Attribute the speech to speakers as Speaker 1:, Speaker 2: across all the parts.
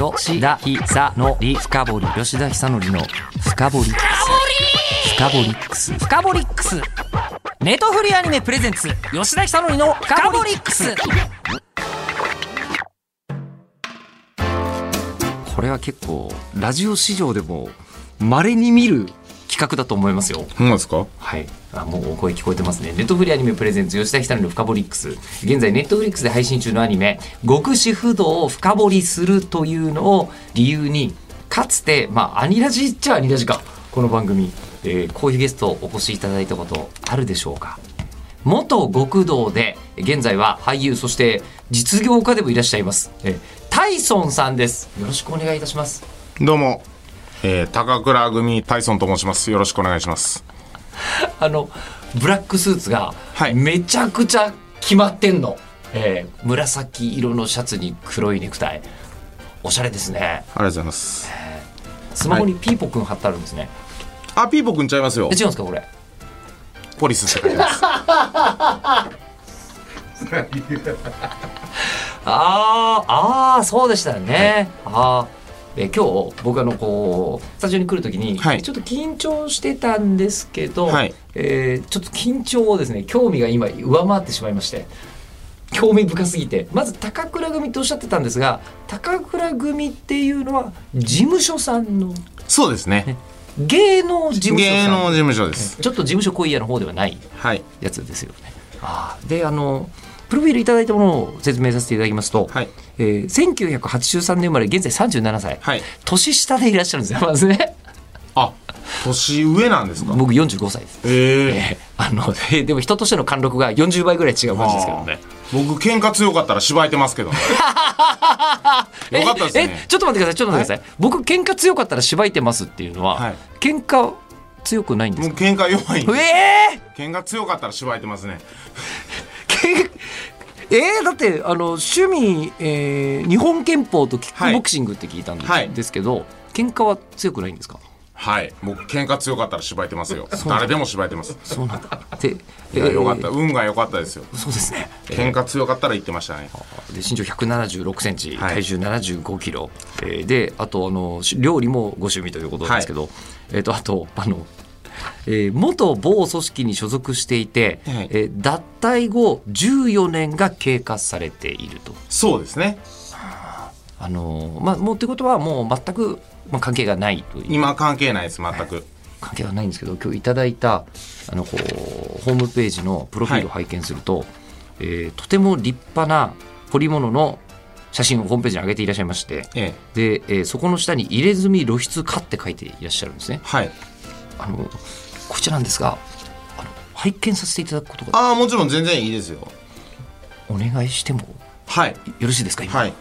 Speaker 1: 吉田久典深掘り吉田久典の深掘り深掘りックス深掘りックスネトフリアニメプレゼンツ吉田久典の深掘りックス。これは結構ラジオ史上でも稀に見る企画だと思いますよ。
Speaker 2: そうですか。
Speaker 1: はい。もうお声聞こえてますね。ネットフリアニメプレゼンツ吉田久典の深掘りックス。現在ネットフリックスで配信中のアニメ極主不動を深掘りするというのを理由に、かつてアニラジっちゃアニラジかこの番組、こういうゲストお越しいただいたことあるでしょうか。元極道で現在は俳優、そして実業家でもいらっしゃいます、タイソンさんです。よろしくお願いいたします。
Speaker 2: どうも、高倉組タイソンと申します。よろしくお願いします。
Speaker 1: ブラックスーツがめちゃくちゃ決まってんの、紫色のシャツに黒いネクタイ、おしゃれですね。
Speaker 2: ありがとうございます。
Speaker 1: スマホにピーポくん貼ってあるんですね。
Speaker 2: あ、ピーポくんちゃいますよ。
Speaker 1: 違うんですかこれ。
Speaker 2: ポリスって書いてます
Speaker 1: そうでしたね、今日僕スタジオに来るときに、ちょっと緊張してたんですけど、ちょっと緊張をですね、興味が今上回ってしまいまして、興味深すぎて、まず高倉組とおっしゃってたんですが、高倉組っていうのは事務所さんの。
Speaker 2: そうですね、
Speaker 1: 芸能事務所さん。
Speaker 2: 芸能事務所です。
Speaker 1: ちょっと事務所濃いやの方ではないやつですよね。でプロフィールいただいたものを説明させていただきますと、1983年生まれ、現在37歳、年下でいらっしゃるんですよ。まずね、
Speaker 2: 年上なんですか。
Speaker 1: 僕45歳です。でも人としての貫禄が40倍ぐらい違う感じですけどね。
Speaker 2: 僕喧嘩強かったら芝居てますけどねよかったですね。
Speaker 1: ちょっと待ってください、僕喧嘩強かったら芝居てますっていうのは、喧嘩強くないんですか。
Speaker 2: 喧嘩弱いんで、喧嘩強かったら芝居てますね
Speaker 1: だって趣味、日本拳法とキックボクシングって聞いたんですけど、喧嘩は強くないんですか。
Speaker 2: 僕喧嘩強かったら芝居てますよ。誰でも芝居てます。
Speaker 1: そうなんだ
Speaker 2: よかった、運が良かったですよ。
Speaker 1: そうですね、
Speaker 2: 喧嘩強かったら言ってましたね。
Speaker 1: で身長176センチ、体重75キロ、であと料理もご趣味ということなんですけど、あと元某組織に所属していて、脱退後14年が経過されていると。
Speaker 2: そうですね。
Speaker 1: もうということはもう全く、関係がないという。
Speaker 2: 今関係ないです。全く
Speaker 1: 関係はないんですけど、今日いただいたホームページのプロフィールを拝見すると、とても立派な彫り物の写真をホームページに上げていらっしゃいまして、でそこの下に入れ墨露出家って書いていらっしゃるんですね。こちらなんですが、拝見させていただくことが。
Speaker 2: もちろん全然いいですよ。
Speaker 1: お願いしてもよろしいですか。今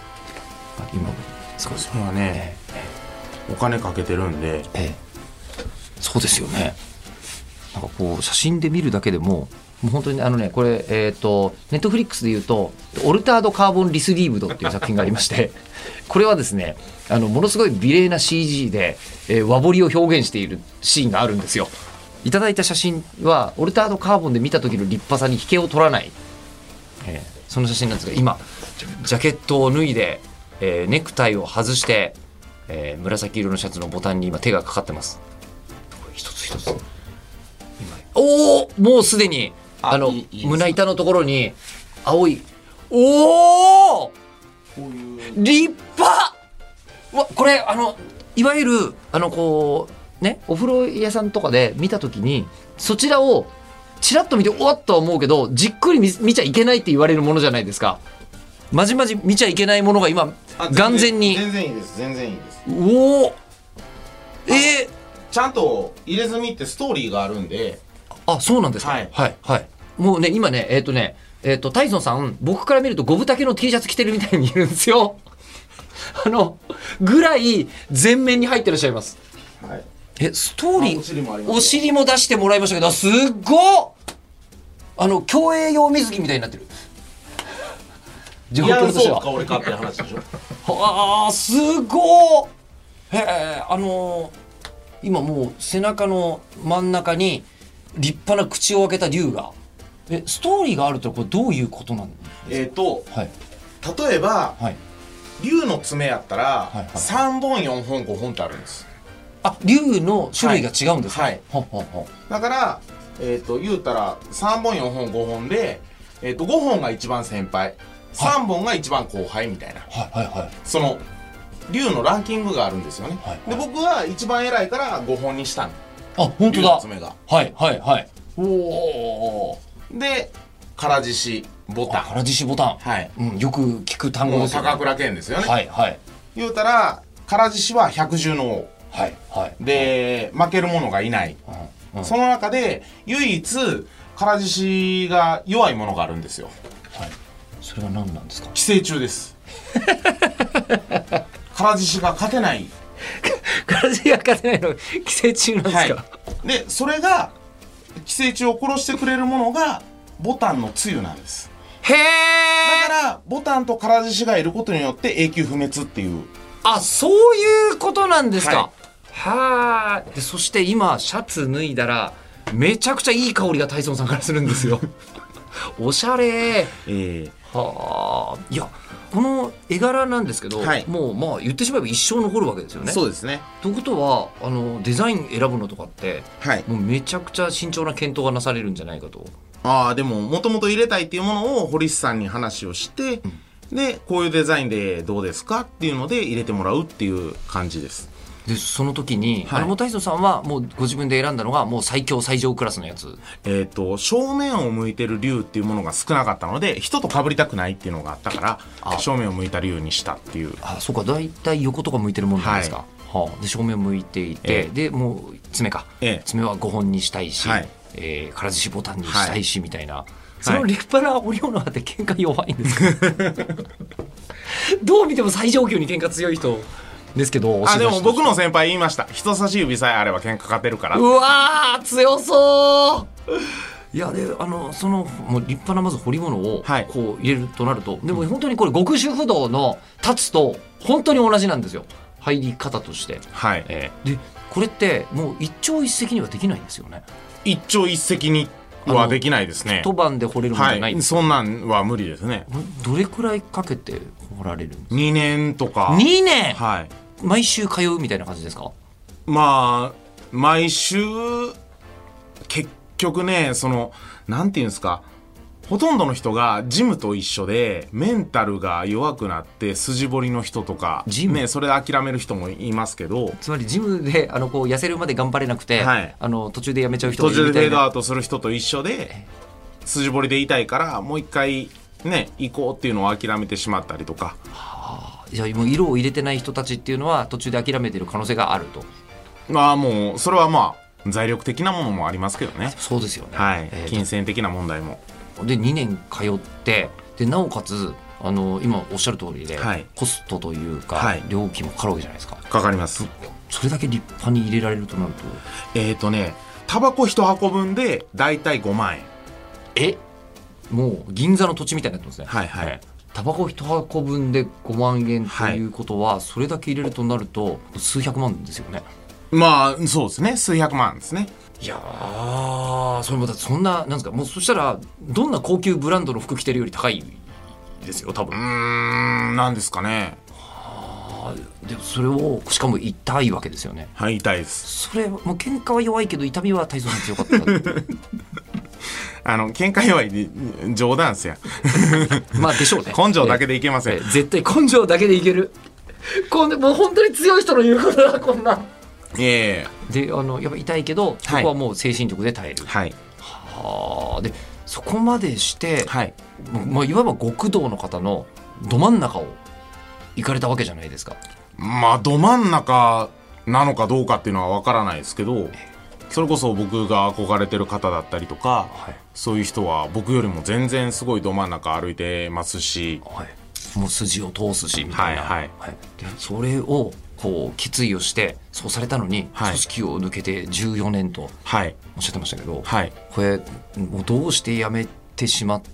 Speaker 2: そうですね、お金かけてるんで、
Speaker 1: そうですよね。なんか写真で見るだけでもう本当にこれネットフリックスでいうとオルタードカーボンリスリーブドっていう作品がありましてこれはですねものすごい美麗な CG で、和彫りを表現しているシーンがあるんですよ。いただいた写真はオルタードカーボンで見た時の立派さに引けを取らない、その写真なんですが、今ジャケットを脱いで、ネクタイを外して、紫色のシャツのボタンに今手がかかってます。一つ一つもうすでに胸板のところに青い立派。これいわゆるお風呂屋さんとかで見たときにそちらをチラッと見ておっとは思うけど、じっくり 見ちゃいけないって言われるものじゃないですか。まじまじ見ちゃいけないものが今眼前に。
Speaker 2: 全然いいです。全然いいです。ちゃんと入れ墨ってストーリーがあるんで。
Speaker 1: そうなんですか。もうね今ねタイソンさん、僕から見ると五分丈の T シャツ着てるみたいに見えるんですよぐらい全面に入ってらっしゃいます。ストーリー、お尻も出してもらいましたけど、すっごっ競泳用水着みたいになってる。
Speaker 2: いや、そうか俺かって話でしょ
Speaker 1: すごっ。今もう背中の真ん中に立派な口を開けた竜が。ストーリーがあるとこれどういうことなんですか。
Speaker 2: 例えば、 竜の爪やったら、
Speaker 1: はいはい、
Speaker 2: 3本4本5本ってあるんです。
Speaker 1: あ、竜の種類が違うんですか？
Speaker 2: はい、
Speaker 1: ほほほ。
Speaker 2: だから言うたら3本4本5本で、5本が一番先輩、3本が一番後輩みたいな、
Speaker 1: はいはいはい、
Speaker 2: その竜のランキングがあるんですよね、はいはい、で僕は一番偉いから5本にしたん。
Speaker 1: あ、本当だ。
Speaker 2: 爪が、
Speaker 1: はいはいはい。おお。
Speaker 2: で唐獅子ボタン、
Speaker 1: 唐獅子ボタン、
Speaker 2: はい、
Speaker 1: うん、よく聞く単語ですよね。
Speaker 2: 高倉健ですよね。
Speaker 1: はいはい。
Speaker 2: 言うたら唐獅子は百獣の王、はいはい、で、負ける者がいない、うんうん、その中で唯一唐獅子が弱いものがあるんですよ。
Speaker 1: はい。それは何なんですか？
Speaker 2: 寄生虫です。唐獅子が勝てない
Speaker 1: 唐獅子が勝てないの寄生虫なんですか？はい、
Speaker 2: でそれが寄生虫を殺してくれるものがボタンのつゆなんです。
Speaker 1: へえ。
Speaker 2: だからボタンと唐獅子がいることによって永久不滅っていう。
Speaker 1: あ、そういうことなんですか。はい。でそして今シャツ脱いだらめちゃくちゃいい香りがタイソンさんからするんですよ。おしゃれ。はあ。いや、この絵柄なんですけど、はい、もうまあ言ってしまえば一生残るわけですよね。
Speaker 2: そうですね。
Speaker 1: ということはデザイン選ぶのとかって、はい、もうめちゃくちゃ慎重な検討がなされるんじゃないかと。
Speaker 2: ああ、でももともと入れたいっていうものを堀市さんに話をして、うん、でこういうデザインでどうですかっていうので入れてもらうっていう感じです。
Speaker 1: でその時に、はい、もう大将さんはもうご自分で選んだのがもう最強最上クラスのやつ。
Speaker 2: 正面を向いてる竜っていうものが少なかったので人と被りたくないっていうのがあったから正面を向いた竜にしたっていう。
Speaker 1: あ、そうか。だいたい横とか向いてるもんなんですか。はい、はあ、で正面を向いていて、でもう爪か、爪は5本にしたいし、はい、唐獅子ボタンにしたいし、はい、みたいな。その立派な織物って喧嘩弱いんですか？どう見ても最上級に喧嘩強い人ですけど。
Speaker 2: あ、でも僕の先輩言いました。人差し指さえあれば喧嘩勝てるから。
Speaker 1: うわー強そう。いやでそのもう立派なまず彫り物をこう入れるとなると、はい、でも本当にこれ極主不動の立つと本当に同じなんですよ、入り方として。はい、でこれってもう一朝一夕にはできないんですよね。
Speaker 2: 一朝一夕にはできないですね。
Speaker 1: 一晩で彫れるもんじゃないんです、
Speaker 2: はい、そんなんは無理ですね。
Speaker 1: どれくらいかけて彫られるんですか
Speaker 2: ？2年とか。
Speaker 1: 2年、
Speaker 2: はい、
Speaker 1: 毎週通うみたいな感じですか？
Speaker 2: まあ毎週結局ね、なんていうんですか、ほとんどの人がジムと一緒でメンタルが弱くなって筋彫りの人とか、ね、それで諦める人もいますけど、
Speaker 1: つまりジムでこう痩せるまで頑張れなくて、はい、途中でやめちゃう人がいるみたいな。
Speaker 2: 途中でフェードアウトする人と一緒で筋彫りでいたいからもう一回ね行こうっていうのを諦めてしまったりとか。
Speaker 1: はあ、じゃあもう色を入れてない人たちっていうのは途中で諦めてる可能性があると。
Speaker 2: まあもうそれはまあ財力的なものもありますけどね。
Speaker 1: そうですよね、
Speaker 2: はい、金銭的な問題も。
Speaker 1: で2年通ってでなおかつ今おっしゃる通りで、はい、コストというか、はい、料金もかかるわけじゃないですか。
Speaker 2: かかります。
Speaker 1: それだけ立派に入れられるとなると
Speaker 2: タバコ1箱分でだいたい5万円。
Speaker 1: もう銀座の土地みたいになってますね。
Speaker 2: はいはい、
Speaker 1: タバコ1箱分で5万円ということは、はい、それだけ入れるとなると数百万ですよね。
Speaker 2: まあそうですね、数百万ですね。
Speaker 1: いやー、それもだってそんななんですか、もうそしたらどんな高級ブランドの服着てるより高いですよ多分。
Speaker 2: なんですかね。
Speaker 1: でそれをしかも痛いわけですよね。
Speaker 2: はい、痛いです。
Speaker 1: それもう喧嘩は弱いけど痛みは大層に強かったって
Speaker 2: 喧嘩弱いで冗談っすや
Speaker 1: まあでしょうね。
Speaker 2: 根性だけでいけません。
Speaker 1: 絶対根性だけでいける。もう本当に強い人の言うことだこんな。でやっぱ痛いけどそこはもう精神力で耐える。はい、はあ。でそこまでして、はい、いわば極道の方のど真ん中を行かれたわけじゃないですか。
Speaker 2: まあど真ん中なのかどうかっていうのは分からないですけど、それこそ僕が憧れてる方だったりとか、はい、そういう人は僕よりも全然すごいど真ん中歩いてますし、はい、
Speaker 1: もう筋を通すしみたいな、はいはいはい、でそれをこう決意をしてそうされたのに、はい、組織を抜けて14年とおっしゃってましたけど、はい、これもうどうして辞めてしまって、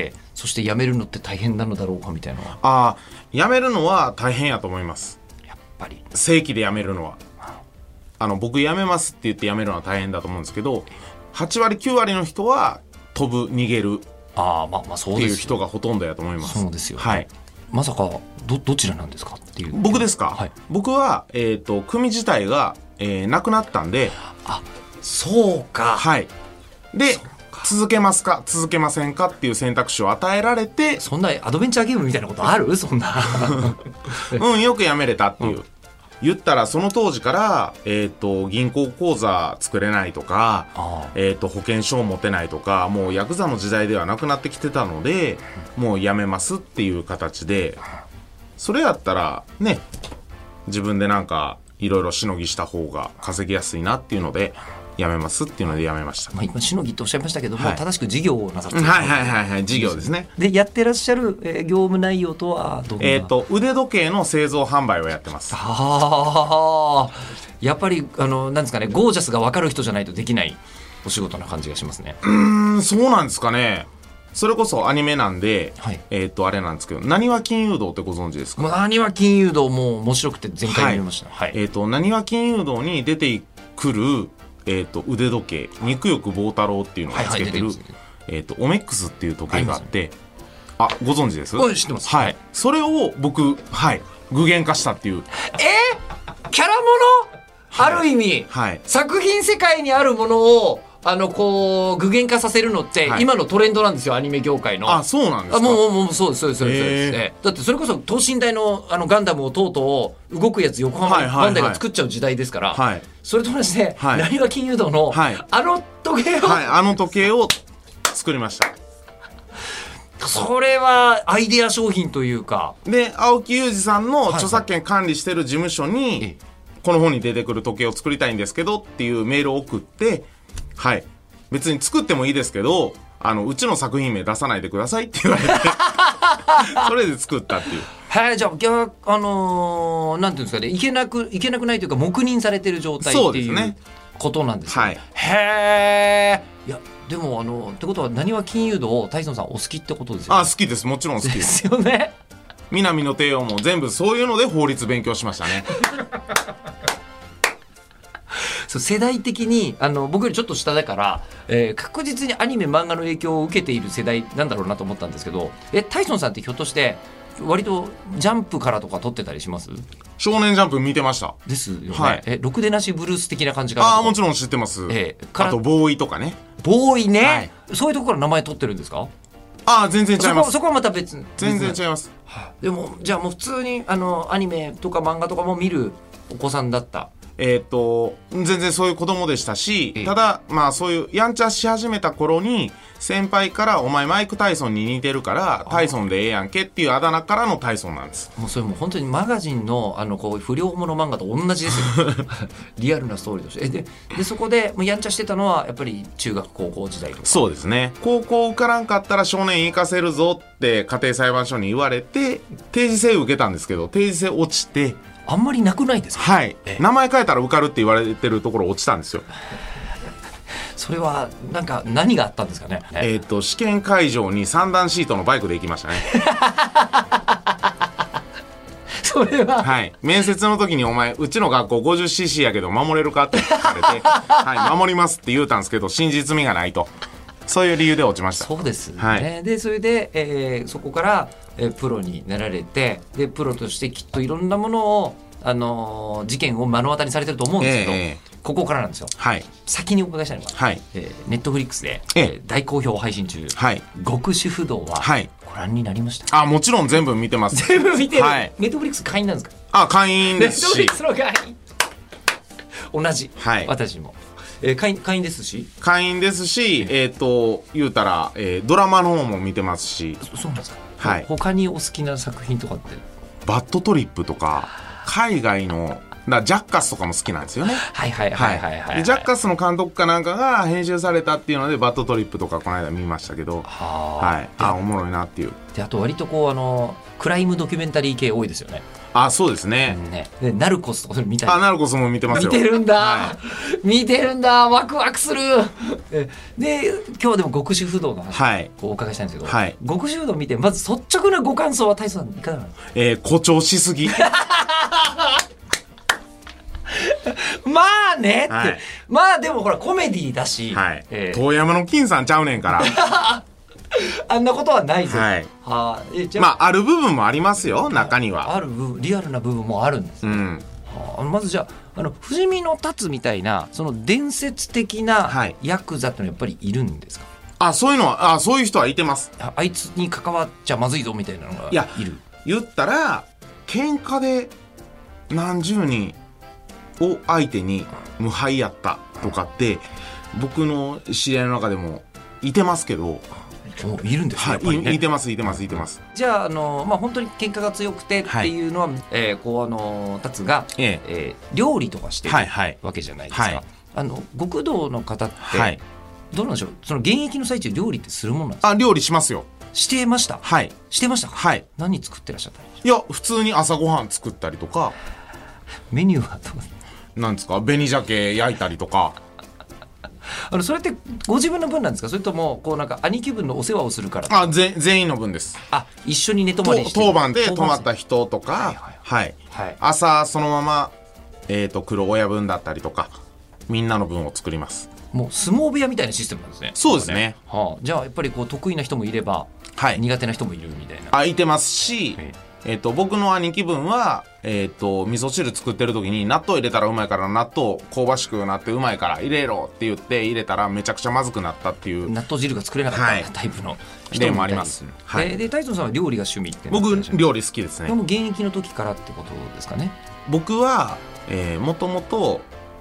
Speaker 1: そして辞めるのって大変なのだろうかみたいな。
Speaker 2: 辞めるのは大変やと思います。
Speaker 1: やっぱり
Speaker 2: 正規で辞めるのは僕辞めますって言って辞めるのは大変だと思うんですけど、8割9割の人は飛ぶ逃げるっていう人がほとんどやと思います。
Speaker 1: そうですよね、
Speaker 2: はい、
Speaker 1: まさかどちらなんですかっていう。
Speaker 2: 僕ですか、
Speaker 1: はい、
Speaker 2: 僕は、組自体が、なくなったんで。
Speaker 1: あ、そうか。
Speaker 2: はい。で、続けますか続けませんかっていう選択肢を与えられて。
Speaker 1: そんなアドベンチャーゲームみたいなことある？そんな
Speaker 2: よくやめれたっていう、言ったらその当時から、銀行口座作れないとか、保険証持てないとか、もうヤクザの時代ではなくなってきてたので、もうやめますっていう形で、それやったらね、自分でなんかいろいろしのぎした方が稼ぎやすいなっていうのでやめますっていうのでやめました。
Speaker 1: 今しのぎとおっしゃいましたけども、正しく事業をなさっている。
Speaker 2: 事業ですね。
Speaker 1: でやってらっしゃる、業務内容とはどんな？
Speaker 2: 腕時計の製造販売をやってます。
Speaker 1: やっぱりなんですかね、ゴージャスが分かる人じゃないとできないお仕事な感じがしますね。
Speaker 2: そうなんですかね。それこそアニメなんで、
Speaker 1: はい、
Speaker 2: あれなんですけど、なにわ金融道ってご存知ですか？
Speaker 1: なにわ金融道も面白くて全回見ました。
Speaker 2: なにわ金融道に出てくる、腕時計、肉欲棒太郎っていうのがつけてる、オメックスっていう時計があって、ご存知です？
Speaker 1: 知ってます。
Speaker 2: はい。それを僕、具現化したっていう。
Speaker 1: キャラもの、ある意味、作品世界にあるものをこう具現化させるのって、今のトレンドなんですよ、アニメ業界の。
Speaker 2: そうなんですか。
Speaker 1: もうそうです。だってそれこそ等身大のガンダムをとうとう動くやつ横浜バンダイが作っちゃう時代ですから、それと同じで、なにわ金融道の、時計を、
Speaker 2: 時計を作りました。
Speaker 1: それはアイデア商品というか
Speaker 2: で、青木裕二さんの著作権管理してる事務所に、この本に出てくる時計を作りたいんですけどっていうメールを送って、別に作ってもいいですけど、うちの作品名出さないでくださいって言われてそれで作ったっていう。
Speaker 1: じゃあなんていうんですかね、いけなくないというか、黙認されてる状態っていうことなんですね。いやでもってことは、なにわ金融道を大孫さんお好きってことですよね？
Speaker 2: 好きです。もちろん好き
Speaker 1: ですよね。
Speaker 2: 南の帝王も全部そういうので法律勉強しましたね
Speaker 1: 世代的に僕よりちょっと下だから、確実にアニメ漫画の影響を受けている世代なんだろうなと思ったんですけど、大孫さんってひょっとして割とジャンプからとか撮ってたりします？
Speaker 2: 少年ジャンプ見てました。
Speaker 1: ですよね。ろくでなしブルース的な感じかな。
Speaker 2: もちろん知ってます。あとボーイとかね。
Speaker 1: ボーイね、そういうところから名前取ってるんですか？
Speaker 2: 全然違います。
Speaker 1: そこはまた別。
Speaker 2: 全然違います。
Speaker 1: でもじゃあもう普通にアニメとか漫画とかも見るお子さんだった？
Speaker 2: 全然そういう子供でしたし、ただそういうやんちゃし始めた頃に先輩からお前マイク・タイソンに似てるからタイソンでええやんけっていうあだ名からのタイソンなんです。
Speaker 1: もうそれも本当にマガジンのこう不良もの漫画と同じですよリアルなストーリーとしてでそこでやんちゃしてたのはやっぱり中学高校時代とか？そうですね。
Speaker 2: 高校受からんかったら少年院行かせるぞって家庭裁判所に言われて定時制受けたんですけど、定時制落ちて。
Speaker 1: あんまりなくないですか？
Speaker 2: 名前変えたら受かるって言われてるところ落ちたんですよ。
Speaker 1: それは何があったんですかね？
Speaker 2: 試験会場に3段シートのバイクで行きましたね
Speaker 1: それは
Speaker 2: 面接の時にお前うちの学校 50cc やけど守れるかって聞かれて守りますって言うたんですけど、真実味がないと、そういう理由で落ちました。
Speaker 1: そうですね。でそれで、そこからプロになられて、でプロとしてきっといろんなものを、事件を目の当たりにされてると思うんですけど、ここからなんですよ。先にお伺いしたいのが、ネットフリックスで、大好評配信中、極主不動はご覧になりました？
Speaker 2: もちろん全部見てます。
Speaker 1: 全部見てる。ネットフリックス会員なんですか？
Speaker 2: 会員ですし、
Speaker 1: ネットフリックスの会員同じ、私も会員ですし、
Speaker 2: 言うたら、ドラマの方も見てますし。
Speaker 1: そうなんですか？他にお好きな作品とかって？
Speaker 2: バッドトリップとか海外のジャッカスとかも好きなんですよね。ジャッカスの監督かなんかが編集されたっていうのでバッドトリップとかこの間見ましたけど、おもろいなっていう。
Speaker 1: であと割とこうクライムドキュメンタリー系多いですよね。
Speaker 2: そうですね。
Speaker 1: でナルコスとかそれ見たり。
Speaker 2: ナルコスも見てますよ。
Speaker 1: 見てるんだ、見てるんだ、ワクワクするで今日でも極主不動の話をお伺いしたいんですけど、極主不動見てまず率直なご感想は大将さんいかがなんですか？
Speaker 2: 誇張しすぎ
Speaker 1: ねって、でもほらコメディだし、
Speaker 2: 遠山の金さんちゃうねんから
Speaker 1: あんなことはないぞ。
Speaker 2: はい。
Speaker 1: はあ、じゃ
Speaker 2: まあある部分もありますよ、中には。
Speaker 1: ある部分、リアルな部分もあるんですね。
Speaker 2: うん。
Speaker 1: はあ、まずじゃあ不死身の龍みたいなその伝説的な
Speaker 2: はい
Speaker 1: ヤクザってのはやっぱりいるんですか？
Speaker 2: あ、そういうのは、あ、そういう人はいてます。
Speaker 1: あいつに関わっちゃまずいぞみたいなのが
Speaker 2: いや
Speaker 1: いる。
Speaker 2: 言ったら喧嘩で何十人を相手に無敗やったとかって僕の知り合いの中でもいてますけど、
Speaker 1: おいるんですね、
Speaker 2: は
Speaker 1: やっぱりね。
Speaker 2: い、いてますいてますいてます。
Speaker 1: じゃあまあ、本当に喧嘩が強くてっていうのは、こう達が、料理とかしてる
Speaker 2: はいはい
Speaker 1: わけじゃないですか。
Speaker 2: はい
Speaker 1: 極道の方って、
Speaker 2: はい。
Speaker 1: どうなんでしょう、その現役の最中料理ってするもんなんですか？
Speaker 2: あ、料理しますよ。
Speaker 1: してました。
Speaker 2: はい
Speaker 1: してましたか？
Speaker 2: はい。
Speaker 1: 何作ってらっしゃったんですか？
Speaker 2: いや普通に朝ごはん作ったりとか、
Speaker 1: メニューはどう
Speaker 2: なんですか、紅鮭焼いたりとか。
Speaker 1: それってご自分の分なんですか？それともこうなんか兄貴分のお世話をするから
Speaker 2: あ、全員の分です。
Speaker 1: 一緒に寝泊まりして
Speaker 2: 当番で泊まった人とか、はい、朝そのまま来る親分だったりとかみんなの分を作ります。
Speaker 1: もう相撲部屋みたいなシステムなんですね。
Speaker 2: そうですね。
Speaker 1: はあ、じゃあやっぱりこう得意な人もいれば、
Speaker 2: はい、
Speaker 1: 苦手な人もいるみたいな。
Speaker 2: あ、いてますし、僕の兄貴分は、味噌汁作ってる時に納豆入れたらうまいから納豆香ばしくなってうまいから入れろって言って入れたらめちゃくちゃまずくなったっていう
Speaker 1: 納豆汁が作れなかった、
Speaker 2: はい、
Speaker 1: タイプの
Speaker 2: 人もあります。
Speaker 1: はい、でタイソンさんは料理が趣味って
Speaker 2: 僕料理好きですね。
Speaker 1: もう現役の時からってことですかね。
Speaker 2: 僕はもともと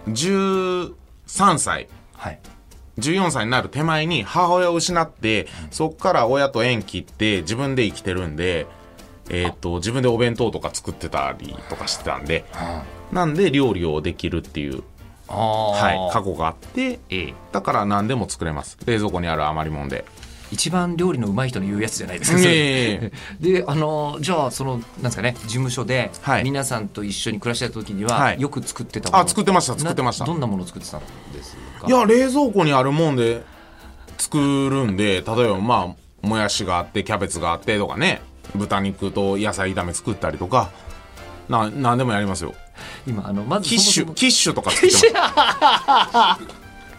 Speaker 2: 13歳、
Speaker 1: はい、
Speaker 2: 14歳になる手前に母親を失って、そこから親と縁切って自分で生きてるんで、自分でお弁当とか作ってたりとかしてたんで、なんで料理をできるっていう、はい、過去があって、だから何でも作れます。冷蔵庫にある余り物で。
Speaker 1: 一番料理のうまい人の言うやつじゃないですか。でじゃあなんですかね、事務所で皆さんと一緒に暮らしてた時には、はい、よく作ってたもの。
Speaker 2: あ、作ってました。
Speaker 1: どんなものを作ってたんですか？
Speaker 2: いや、冷蔵庫にあるもんで作るんで、例えばまあもやしがあってキャベツがあってとかね、豚肉と野菜炒め作ったりとか、なんでもやりますよ。
Speaker 1: 今まず
Speaker 2: キッシュとか作ってます。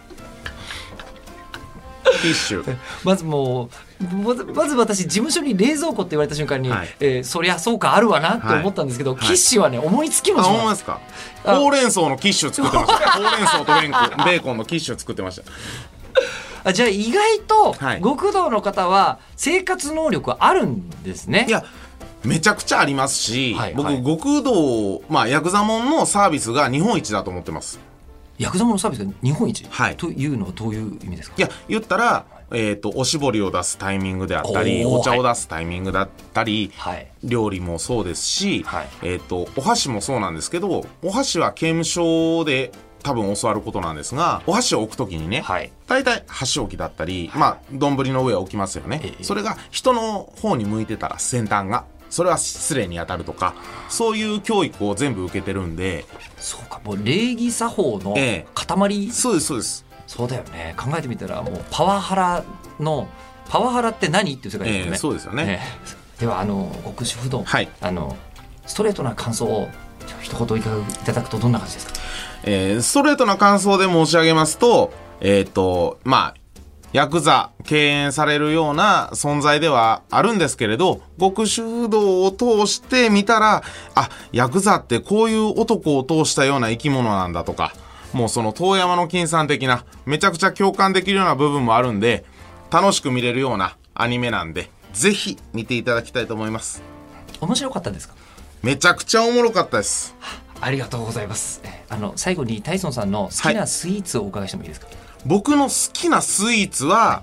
Speaker 2: キッシュ
Speaker 1: まず私事務所に冷蔵庫って言われた瞬間に、はい、そりゃそうかあるわなって思ったんですけど、はい、キッシュはね思いつきもしない。
Speaker 2: 思いますか？ほうれん草のキッシュ作ってました。ほうれん草とベーコンのキッシュ作ってました。
Speaker 1: じゃあ意外と、はい、極道の方は生活能力はあるんですね。
Speaker 2: いやめちゃくちゃありますし、はいはい、僕極道、ヤクザモンのサービスが日本一だと思ってます。
Speaker 1: ヤクザモンのサービスが日本一、
Speaker 2: はい、
Speaker 1: というのはどういう意味ですか？
Speaker 2: いや言ったら、おしぼりを出すタイミングであったり、お茶を出すタイミングだったり、はい、料理もそうですし、はい、お箸もそうなんですけど、お箸は刑務所で多分教わることなんですが、お箸を置くときにね、はい、大体箸置きだったり、丼の上は置きますよね、それが人の方に向いてたら先端がそれは失礼に当たるとか、そういう教育を全部受けてるんで。
Speaker 1: そうか、もう礼儀作法の塊、
Speaker 2: そうですそうです。
Speaker 1: そうだよね。考えてみたらもうパワハラって何っていう世界ですよね。
Speaker 2: そうですよね。
Speaker 1: では極主不動、
Speaker 2: はい、
Speaker 1: ストレートな感想を一言いただくとどんな感じですか？
Speaker 2: ストレートな感想で申し上げますと、ヤクザ敬遠されるような存在ではあるんですけれど、極主不動を通してみたら、ヤクザってこういう男を通したような生き物なんだとか、もうその遠山の金さん的なめちゃくちゃ共感できるような部分もあるんで、楽しく見れるようなアニメなんで、ぜひ見ていただきたいと思います。
Speaker 1: 面白かったですか？
Speaker 2: めちゃくちゃおもろかったです。
Speaker 1: ありがとうございます。最後にタイソンさんの好きなスイーツをお伺いしてもいいですか？
Speaker 2: 僕の好きなスイーツは、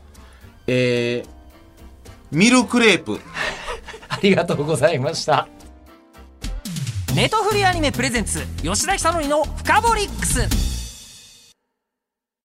Speaker 2: ミルクレープ
Speaker 1: ありがとうございました。ネトフリアニメプレゼンツ吉田久典のフカボリックス。